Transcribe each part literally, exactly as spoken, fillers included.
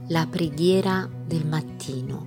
La preghiera del mattino.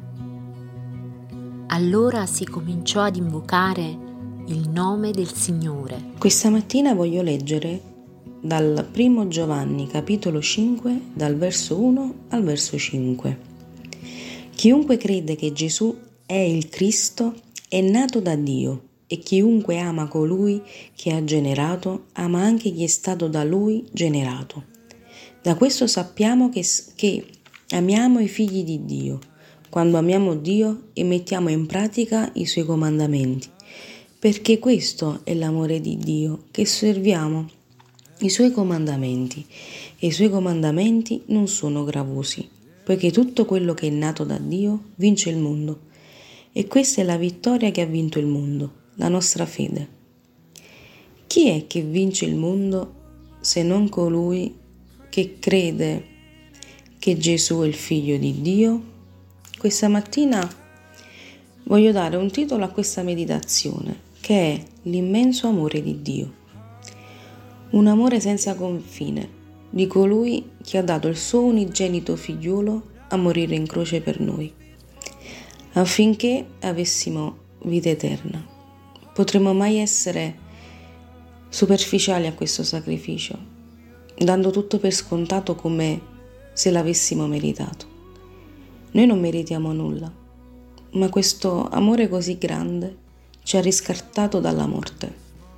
Allora si cominciò ad invocare il nome del Signore. Questa mattina voglio leggere dal primo Giovanni capitolo cinque, dal verso uno al verso cinque. Chiunque crede che Gesù è il Cristo è nato da Dio, e chiunque ama colui che ha generato ama anche chi è stato da lui generato. Da questo sappiamo che, che amiamo i figli di Dio, quando amiamo Dio e mettiamo in pratica i suoi comandamenti, perché questo è l'amore di Dio, che serviamo i suoi comandamenti, e i suoi comandamenti non sono gravosi, poiché tutto quello che è nato da Dio vince il mondo, e questa è la vittoria che ha vinto il mondo, la nostra fede. Chi è che vince il mondo se non colui che crede che Gesù è il Figlio di Dio? Questa mattina voglio dare un titolo a questa meditazione, che è l'immenso amore di Dio. Un amore senza confine, di colui che ha dato il suo unigenito figliuolo a morire in croce per noi, affinché avessimo vita eterna. Potremmo mai essere superficiali a questo sacrificio, dando tutto per scontato come se l'avessimo meritato. Noi non meritiamo nulla, ma questo amore così grande ci ha riscattato dalla morte.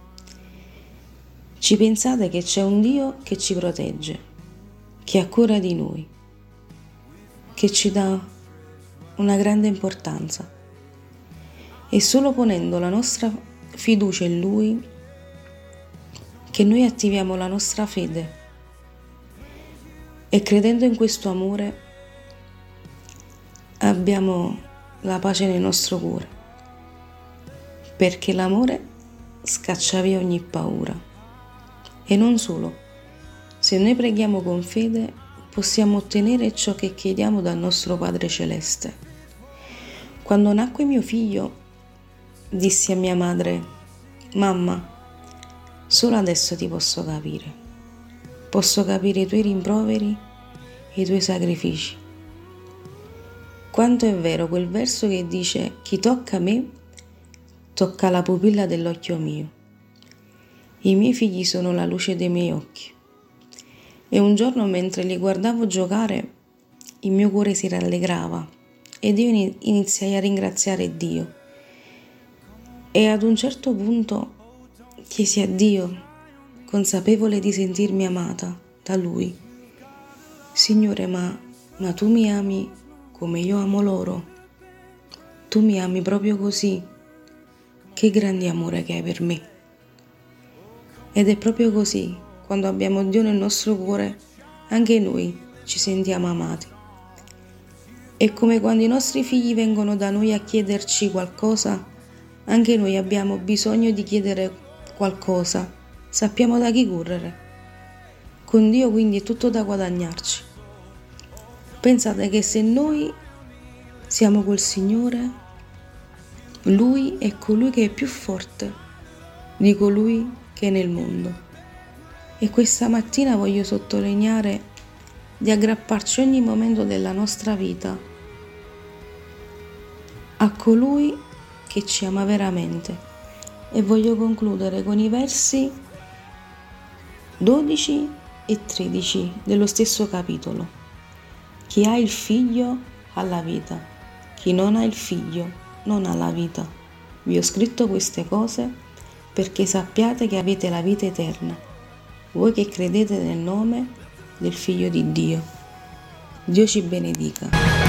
Ci pensate che c'è un Dio che ci protegge, che ha cura di noi, che ci dà una grande importanza. È solo ponendo la nostra fiducia in Lui che noi attiviamo la nostra fede, e credendo in questo amore abbiamo la pace nel nostro cuore, perché l'amore scaccia via ogni paura. E non solo, se noi preghiamo con fede possiamo ottenere ciò che chiediamo dal nostro Padre Celeste. Quando nacque mio figlio, dissi a mia madre: mamma, solo adesso ti posso capire. Posso capire i tuoi rimproveri e i tuoi sacrifici. Quanto è vero quel verso che dice: chi tocca me, tocca la pupilla dell'occhio mio. I miei figli sono la luce dei miei occhi. E un giorno, mentre li guardavo giocare, il mio cuore si rallegrava ed io iniziai a ringraziare Dio. E ad un certo punto chiesi a Dio, consapevole di sentirmi amata da Lui: Signore, ma, ma tu mi ami come io amo loro? Tu mi ami proprio così? Che grande amore che hai per me! Ed è proprio così, quando abbiamo Dio nel nostro cuore, anche noi ci sentiamo amati. È come quando i nostri figli vengono da noi a chiederci qualcosa, anche noi abbiamo bisogno di chiedere qualcosa, sappiamo da chi correre. Con Dio quindi è tutto da guadagnarci. Pensate che se noi siamo col Signore, Lui è colui che è più forte di colui che è nel mondo. E questa mattina voglio sottolineare di aggrapparci ogni momento della nostra vita a colui che ci ama veramente. E voglio concludere con i versi dodici e tredici dello stesso capitolo. Chi ha il figlio ha la vita, chi non ha il figlio non ha la vita. Vi ho scritto queste cose perché sappiate che avete la vita eterna, voi che credete nel nome del Figlio di Dio. Dio ci benedica.